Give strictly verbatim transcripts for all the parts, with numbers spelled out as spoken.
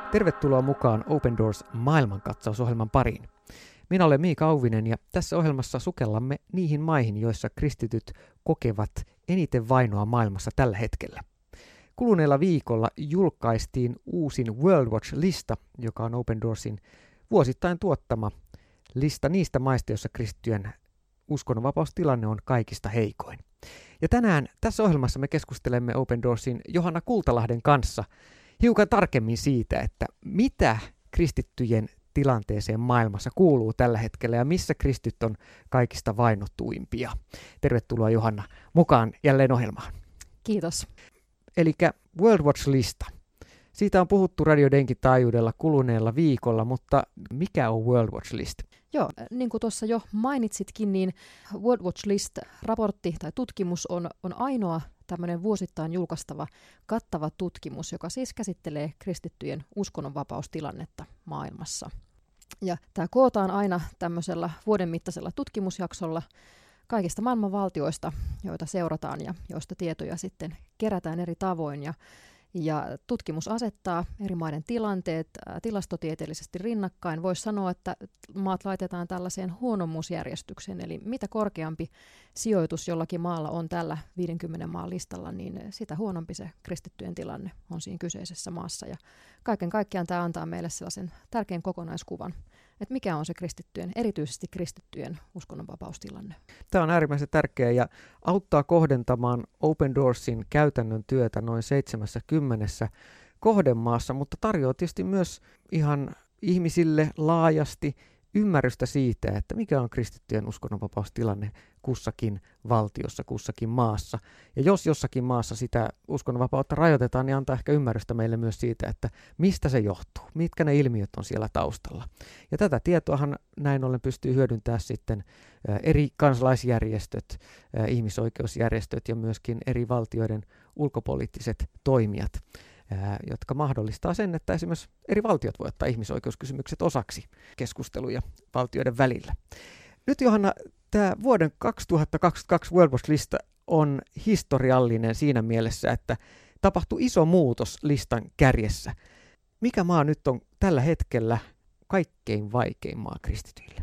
Tervetuloa mukaan Open Doors maailmankatsausohjelman pariin. Minä olen Miika Auvinen ja tässä ohjelmassa sukellamme niihin maihin, joissa kristityt kokevat eniten vainoa maailmassa tällä hetkellä. Kuluneella viikolla julkaistiin uusin World Watch-lista, joka on Open Doorsin vuosittain tuottama lista niistä maista, joissa kristittyjen uskonnonvapaustilanne on kaikista heikoin. Ja tänään tässä ohjelmassa me keskustelemme Open Doorsin Johanna Kultalahden kanssa hiukan tarkemmin siitä, että mitä kristittyjen tilanteeseen maailmassa kuuluu tällä hetkellä ja missä kristityt on kaikista vainottuimpia. Tervetuloa Johanna mukaan jälleen ohjelmaan. Kiitos. Eli World Watch-lista. Siitä on puhuttu Radio Denkin taajuudella kuluneella viikolla, mutta mikä on World Watch-lista? Joo, niin kuin tuossa jo mainitsitkin, niin World Watch-list-raportti tai tutkimus on, on ainoa tämmöinen vuosittain julkaistava kattava tutkimus, joka siis käsittelee kristittyjen uskonnonvapaustilannetta maailmassa. Ja tämä kootaan aina tämmöisellä vuoden mittaisella tutkimusjaksolla kaikista maailman valtioista, joita seurataan ja joista tietoja sitten kerätään eri tavoin. Ja, ja tutkimus asettaa eri maiden tilanteet ää, tilastotieteellisesti rinnakkain. Voisi sanoa, että maat laitetaan tällaiseen huonommuusjärjestykseen, eli mitä korkeampi sijoitus jollakin maalla on tällä viidenkymmenen maan listalla, niin sitä huonompi se kristittyjen tilanne on siinä kyseisessä maassa. Ja kaiken kaikkiaan tämä antaa meille sellaisen tärkeän kokonaiskuvan, että mikä on se kristittyjen, erityisesti kristittyjen uskonnonvapaustilanne. Tämä on äärimmäisen tärkeää ja auttaa kohdentamaan Open Doorsin käytännön työtä noin seitsemänkymmentä kohdemaassa, mutta tarjoaa tietysti myös ihan ihmisille laajasti ymmärrystä siitä, että mikä on kristittyjen uskonnonvapaustilanne kussakin valtiossa, kussakin maassa. Ja jos jossakin maassa sitä uskonnonvapautta rajoitetaan, niin antaa ehkä ymmärrystä meille myös siitä, että mistä se johtuu, mitkä ne ilmiöt on siellä taustalla. Ja tätä tietoahan näin ollen pystyy hyödyntämään sitten eri kansalaisjärjestöt, ihmisoikeusjärjestöt ja myöskin eri valtioiden ulkopoliittiset toimijat, jotka mahdollistaa sen, että esimerkiksi eri valtiot voi ottaa ihmisoikeuskysymykset osaksi keskusteluja valtioiden välillä. Nyt Johanna, tämä vuoden kaksituhattakaksikymmentäkaksi World Watch-lista on historiallinen siinä mielessä, että tapahtui iso muutos listan kärjessä. Mikä maa nyt on tällä hetkellä kaikkein vaikein maa kristityille?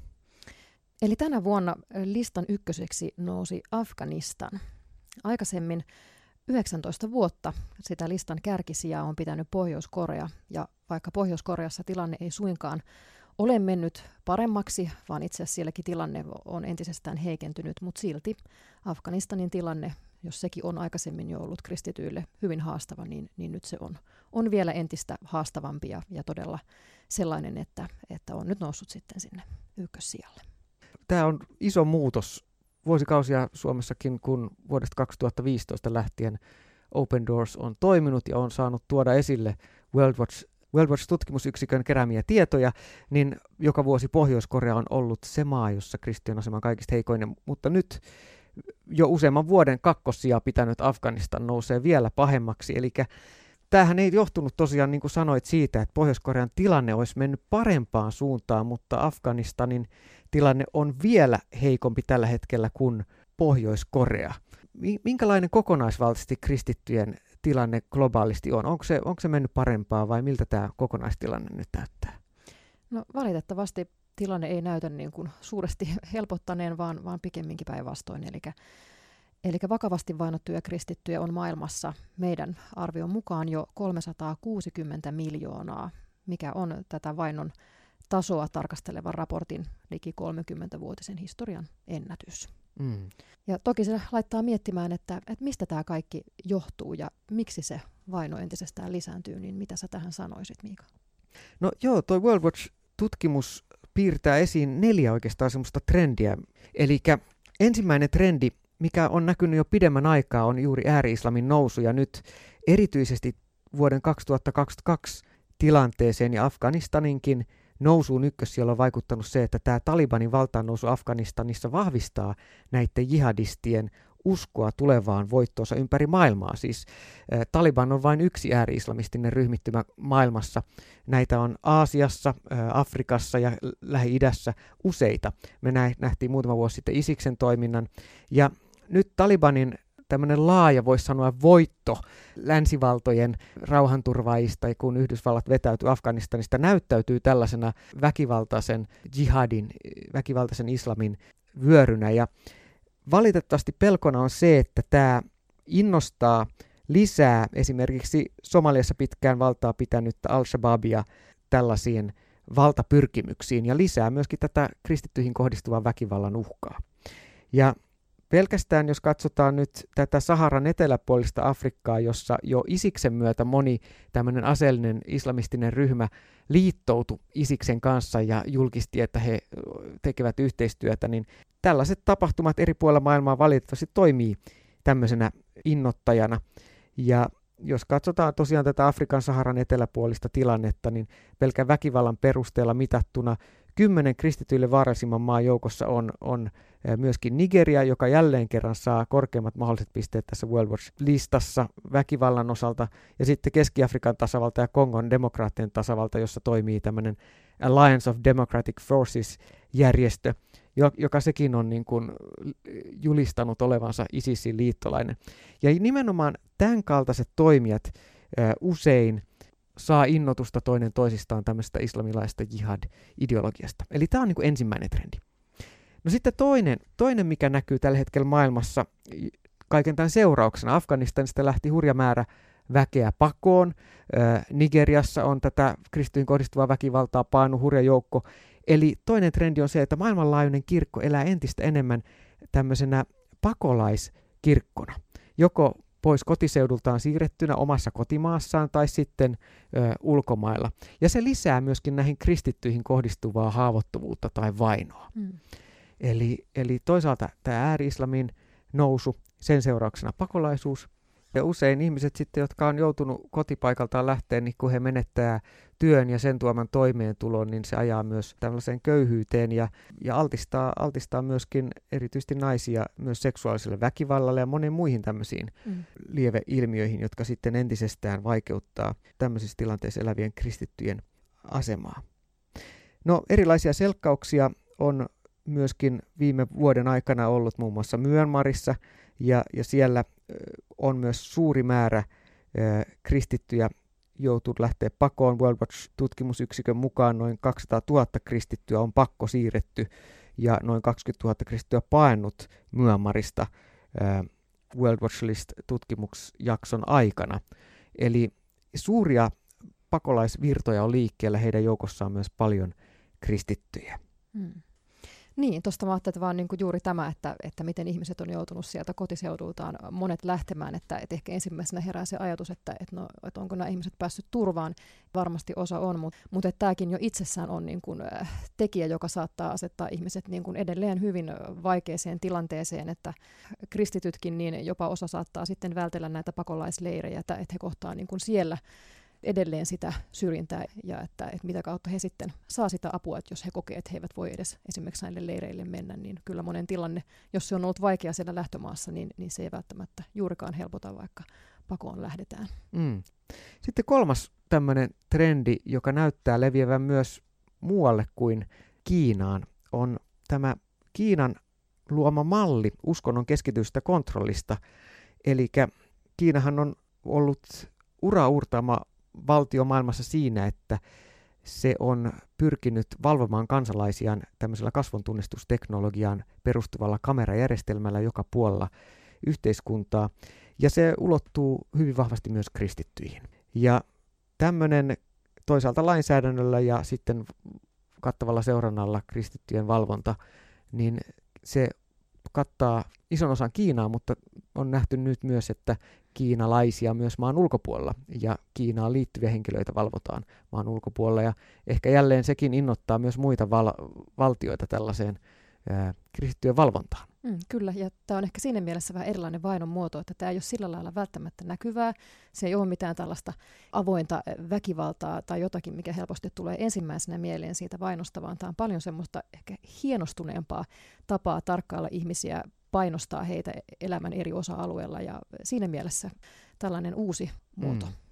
Eli tänä vuonna listan ykköseksi nousi Afganistan. Aikaisemmin yhdeksäntoista vuotta sitä listan kärkisijaa on pitänyt Pohjois-Korea, ja vaikka Pohjois-Koreassa tilanne ei suinkaan ole mennyt paremmaksi, vaan itse asiassa sielläkin tilanne on entisestään heikentynyt, mutta silti Afganistanin tilanne, jos sekin on aikaisemmin jo ollut kristityille hyvin haastava, niin, niin nyt se on, on vielä entistä haastavampi ja, ja todella sellainen, että, että on nyt noussut sitten sinne ykkössijalle. Tämä on iso muutos. Vuosikausia Suomessakin, kun vuodesta kaksituhattaviisitoista lähtien Open Doors on toiminut ja on saanut tuoda esille World Watch, World Watch-tutkimusyksikön keräämiä tietoja, niin joka vuosi Pohjois-Korea on ollut se maa, jossa kristittyjen asema on kaikista heikoinen, mutta nyt jo useamman vuoden kakkossijaa pitänyt Afganistan nousee vielä pahemmaksi, eli tämähän ei johtunut tosiaan, niin kuin sanoit, siitä, että Pohjois-Korean tilanne olisi mennyt parempaan suuntaan, mutta Afganistanin tilanne on vielä heikompi tällä hetkellä kuin Pohjois-Korea. Minkälainen kokonaisvaltaisesti kristittyjen tilanne globaalisti on? Onko se, onko se mennyt parempaa vai miltä tämä kokonaistilanne nyt näyttää? No valitettavasti tilanne ei näytä niin kuin suuresti helpottaneen, vaan, vaan pikemminkin päinvastoin. Eli Eli vakavasti vainottuja kristittyjä on maailmassa meidän arvion mukaan jo kolmesataakuusikymmentä miljoonaa, mikä on tätä vainon tasoa tarkastelevan raportin liki kolmekymmentävuotisen historian ennätys. Mm. Ja toki se laittaa miettimään, että, että mistä tämä kaikki johtuu ja miksi se vaino entisestään lisääntyy, niin mitä sä tähän sanoisit, Miika? No joo, toi World Watch-tutkimus piirtää esiin neljä oikeastaan semmoista trendiä. Eli ensimmäinen trendi, mikä on näkynyt jo pidemmän aikaa, on juuri ääri-islamin nousu, ja nyt erityisesti vuoden kaksituhattakaksikymmentäkaksi tilanteeseen ja Afganistaninkin nousuun ykkössijalla on vaikuttanut se, että tämä Talibanin valtaan nousu Afganistanissa vahvistaa näiden jihadistien uskoa tulevaan voittoonsa ympäri maailmaa. Siis äh, Taliban on vain yksi ääri-islamistinen ryhmittymä maailmassa. Näitä on Aasiassa, äh, Afrikassa ja Lähi-idässä useita. Me nähtiin muutama vuosi sitten Isiksen toiminnan. Ja nyt Talibanin tämmöinen laaja, voisi sanoa, voitto länsivaltojen rauhanturvaajista, kun Yhdysvallat vetäytyi Afganistanista, näyttäytyy tällaisena väkivaltaisen jihadin, väkivaltaisen islamin vyörynä. Ja valitettavasti pelkona on se, että tämä innostaa lisää esimerkiksi Somaliassa pitkään valtaa pitänyttä Al-Shabaabia tällaisiin valtapyrkimyksiin ja lisää myöskin tätä kristittyihin kohdistuvan väkivallan uhkaa. Ja pelkästään jos katsotaan nyt tätä Saharan eteläpuolista Afrikkaa, jossa jo Isiksen myötä moni tämmöinen aseellinen islamistinen ryhmä liittoutui Isiksen kanssa ja julkisti, että he tekevät yhteistyötä, niin tällaiset tapahtumat eri puolilla maailmaa valitettavasti toimii tämmöisenä innoittajana. Ja jos katsotaan tosiaan tätä Afrikan Saharan eteläpuolista tilannetta, niin pelkän väkivallan perusteella mitattuna kymmenen kristityille vaarallisimman maan joukossa on, on myöskin Nigeria, joka jälleen kerran saa korkeimmat mahdolliset pisteet tässä World Watch-listassa väkivallan osalta, ja sitten Keski-Afrikan tasavalta ja Kongon demokraattien tasavalta, jossa toimii tämmöinen Alliance of Democratic Forces-järjestö, joka sekin on niin kuin julistanut olevansa ISISin liittolainen. Ja nimenomaan tämän kaltaiset toimijat äh, usein saa innotusta toinen toisistaan tämmöistä islamilaista jihad-ideologiasta. Eli tämä on niin kuin ensimmäinen trendi. No sitten toinen, toinen, mikä näkyy tällä hetkellä maailmassa kaiken tämän seurauksena. Afganistanista lähti hurja määrä väkeä pakoon. Äh, Nigeriassa on tätä kristityihin kohdistuvaa väkivaltaa painut hurja joukko. Eli toinen trendi on se, että maailmanlaajuinen kirkko elää entistä enemmän tämmöisenä pakolaiskirkkona, joko pois kotiseudultaan siirrettynä omassa kotimaassaan tai sitten ö, ulkomailla. Ja se lisää myöskin näihin kristittyihin kohdistuvaa haavoittuvuutta tai vainoa. Mm. Eli, eli toisaalta tämä ääri-islamin nousu, sen seurauksena pakolaisuus. Ja usein ihmiset sitten, jotka on joutunut kotipaikaltaan lähteen, niin kun he menettää työn ja sen tuoman toimeentulon, niin se ajaa myös tällaiseen köyhyyteen ja, ja altistaa, altistaa myöskin erityisesti naisia myös seksuaaliselle väkivallalle ja moniin muihin tämmöisiin mm. lieveilmiöihin, jotka sitten entisestään vaikeuttaa tämmöisissä tilanteissa elävien kristittyjen asemaa. No erilaisia selkkauksia on myöskin viime vuoden aikana ollut muun muassa Myanmarissa, ja, ja siellä on myös suuri määrä ö, kristittyjä joutunut lähteä pakoon. World Watch-tutkimusyksikön mukaan noin kaksisataatuhatta kristittyä on pakko siirretty ja noin kaksikymmentätuhatta kristittyä paennut Myanmarista ö, World Watch List-tutkimusjakson aikana. Eli suuria pakolaisvirtoja on liikkeellä, heidän joukossaan myös paljon kristittyjä. Hmm. Niin, tuosta mä ajattelin, että vaan niin kuin juuri tämä, että, että miten ihmiset on joutunut sieltä kotiseudultaan monet lähtemään, että, että ehkä ensimmäisenä herää se ajatus, että, että, no, että onko nämä ihmiset päässyt turvaan. Varmasti osa on, mutta, mutta että tämäkin jo itsessään on niin kuin tekijä, joka saattaa asettaa ihmiset niin kuin edelleen hyvin vaikeaseen tilanteeseen, että kristitytkin, niin jopa osa saattaa sitten vältellä näitä pakolaisleirejä, että, että he kohtaa niin kuin siellä edelleen sitä syrjintää ja että, että mitä kautta he sitten saa sitä apua, että jos he kokee, että he eivät voi edes esimerkiksi näille leireille mennä, niin kyllä monen tilanne, jos se on ollut vaikea siellä lähtömaassa, niin, niin se ei välttämättä juurikaan helpota, vaikka pakoon lähdetään. Mm. Sitten kolmas tämmöinen trendi, joka näyttää leviävän myös muualle kuin Kiinaan, on tämä Kiinan luoma malli uskonnon keskitystä kontrollista. Eli Kiinahan on ollut uraurtama valtio maailmassa siinä, että se on pyrkinyt valvomaan kansalaisiaan tämmöisellä kasvontunnistusteknologiaan perustuvalla kamerajärjestelmällä joka puolella yhteiskuntaa, ja se ulottuu hyvin vahvasti myös kristittyihin. Ja tämmöinen toisaalta lainsäädännöllä ja sitten kattavalla seurannalla kristittyjen valvonta, niin se kattaa ison osan Kiinaa, mutta on nähty nyt myös, että kiinalaisia myös maan ulkopuolella ja Kiinaan liittyviä henkilöitä valvotaan maan ulkopuolella, ja ehkä jälleen sekin innoittaa myös muita val- valtioita tällaiseen ää, kristittyjen valvontaan. Mm, kyllä, ja tämä on ehkä siinä mielessä vähän erilainen vainon muoto, että tämä ei ole sillä lailla välttämättä näkyvää, se ei ole mitään tällaista avointa väkivaltaa tai jotakin, mikä helposti tulee ensimmäisenä mieleen siitä vainosta, vaan tämä on paljon semmoista ehkä hienostuneempaa tapaa tarkkailla ihmisiä, painostaa heitä elämän eri osa-alueilla, ja siinä mielessä tällainen uusi muoto. Mm.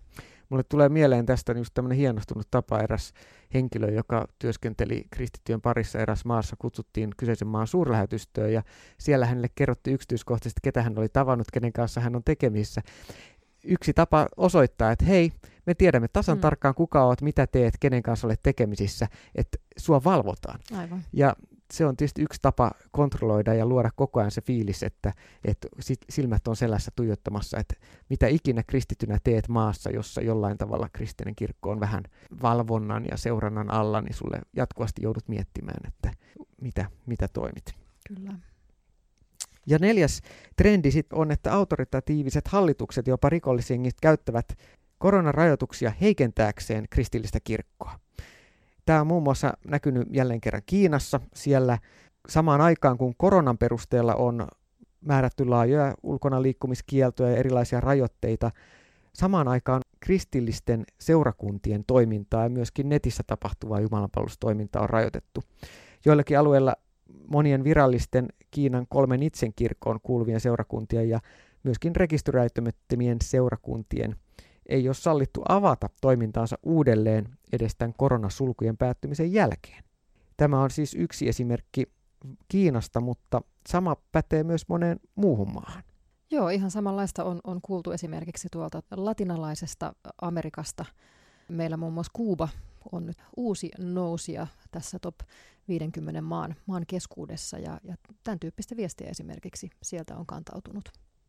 Mulle tulee mieleen tästä just tämmöinen hienostunut tapa. Eräs henkilö, joka työskenteli kristittyjen parissa eräs maassa, kutsuttiin kyseisen maan suurlähetystöön ja siellä hänelle kerrottiin yksityiskohtaisesti, ketä hän oli tavannut, kenen kanssa hän on tekemisissä. Yksi tapa osoittaa, että hei, me tiedämme tasan mm. tarkkaan, kuka olet, mitä teet, kenen kanssa olet tekemisissä, että sua valvotaan. Aivan. Ja se on tietysti yksi tapa kontrolloida ja luoda koko ajan se fiilis, että, että silmät on selässä tuijottamassa, että mitä ikinä kristitynä teet maassa, jossa jollain tavalla kristillinen kirkko on vähän valvonnan ja seurannan alla, niin sulle jatkuvasti joudut miettimään, että mitä, mitä toimit. Kyllä. Ja neljäs trendi sit on, että autoritatiiviset hallitukset, jopa rikollisjengit, käyttävät koronarajoituksia heikentääkseen kristillistä kirkkoa. Tämä on muun muassa näkynyt jälleen kerran Kiinassa. Siellä samaan aikaan, kun koronan perusteella on määrätty laajoja ulkona liikkumiskieltoja ja erilaisia rajoitteita, samaan aikaan kristillisten seurakuntien toimintaa ja myöskin netissä tapahtuvaa jumalanpalvelustoimintaa on rajoitettu. Joillakin alueilla monien virallisten Kiinan kolmen itsen kirkkoon kuuluvien seurakuntien ja myöskin rekisteröitymättömien seurakuntien ei ole sallittu avata toimintaansa uudelleen edes tämän koronasulkujen päättymisen jälkeen. Tämä on siis yksi esimerkki Kiinasta, mutta sama pätee myös moneen muuhun maahan. Joo, ihan samanlaista on, on kuultu esimerkiksi tuolta latinalaisesta Amerikasta. Meillä muun muassa Kuuba on nyt uusi nousija tässä top viidenkymmenen maan, maan keskuudessa ja, ja tämän tyyppistä viestiä esimerkiksi sieltä on kantautunut.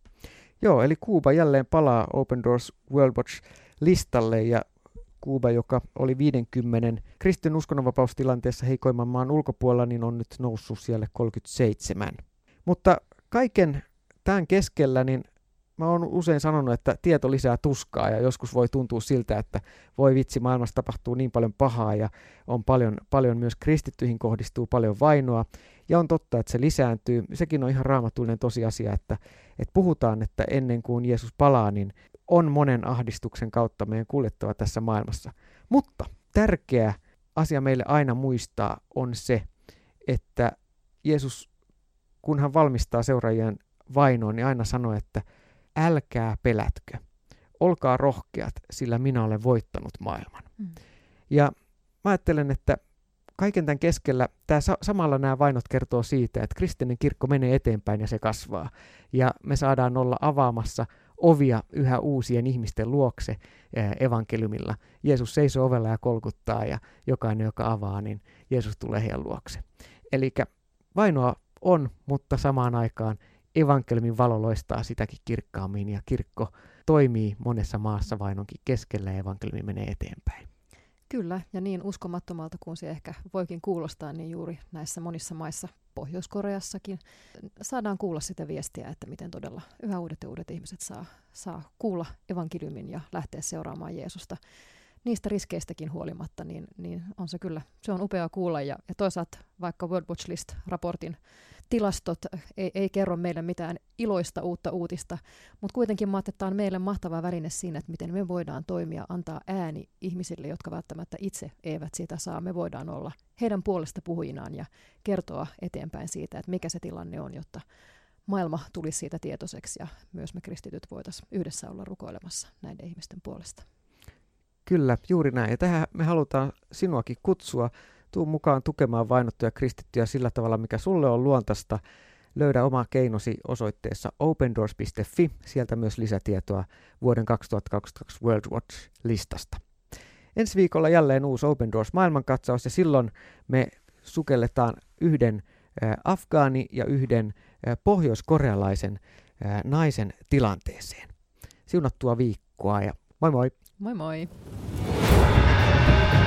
Joo, eli Kuuba jälleen palaa Open Doors World Watch-listalle ja Kuuba, joka oli viidenkymmenen kristityn uskonnonvapaustilanteessa heikoimman maan ulkopuolella, niin on nyt noussut siellä kolmekymmentäseitsemän. Mutta kaiken tämän keskellä, niin mä oon usein sanonut, että tieto lisää tuskaa ja joskus voi tuntua siltä, että voi vitsi, maailmassa tapahtuu niin paljon pahaa ja on paljon, paljon myös kristittyihin kohdistuu paljon vainoa ja on totta, että se lisääntyy. Sekin on ihan raamatullinen tosiasia, että, että puhutaan, että ennen kuin Jeesus palaa, niin on monen ahdistuksen kautta meidän kuljettava tässä maailmassa. Mutta tärkeä asia meille aina muistaa on se, että Jeesus, kun hän valmistaa seuraajien vainoon, niin aina sanoo, että älkää pelätkö, olkaa rohkeat, sillä minä olen voittanut maailman. Mm. Ja mä ajattelen, että kaiken tämän keskellä tämä sa- samalla nämä vainot kertoo siitä, että kristillinen kirkko menee eteenpäin ja se kasvaa. Ja me saadaan olla avaamassa ovia yhä uusien ihmisten luokse evankeliumilla. Jeesus seisoo ovella ja kolkuttaa ja jokainen, joka avaa, niin Jeesus tulee heidän luokse. Eli vainoa on, mutta samaan aikaan evankeliumin valo loistaa sitäkin kirkkaammin ja kirkko toimii monessa maassa vainonkin keskellä ja evankeliumi menee eteenpäin. Kyllä, ja niin uskomattomalta kuin se ehkä voikin kuulostaa, niin juuri näissä monissa maissa, Pohjois-Koreassakin, saadaan kuulla sitä viestiä, että miten todella yhä uudet ja uudet ihmiset saa, saa kuulla evankeliumin ja lähteä seuraamaan Jeesusta. Niistä riskeistäkin huolimatta, niin, niin on se kyllä, se on upeaa kuulla. Ja, ja toisaalta vaikka World Watch List-raportin tilastot ei, ei kerro meille mitään iloista uutta uutista, mutta kuitenkin mä että tämä on meille mahtava väline siinä, että miten me voidaan toimia, antaa ääni ihmisille, jotka välttämättä itse eivät sitä saa. Me voidaan olla heidän puolesta puhujinaan ja kertoa eteenpäin siitä, että mikä se tilanne on, jotta maailma tulisi siitä tietoiseksi ja myös me kristityt voitaisiin yhdessä olla rukoilemassa näiden ihmisten puolesta. Kyllä, juuri näin. Ja tähän me halutaan sinuakin kutsua. Tuu mukaan tukemaan vainottuja kristittyjä sillä tavalla, mikä sulle on luontaista. Löydä oma keinosi osoitteessa open doors piste fi. Sieltä myös lisätietoa vuoden kaksituhattakaksikymmentäkaksi World Watch-listasta. Ensi viikolla jälleen uusi Open Doors maailmankatsaus ja silloin me sukelletaan yhden äh, afgaani ja yhden äh, pohjoiskorealaisen äh, naisen tilanteeseen. Siunattua viikkoa ja moi moi! Moi moi!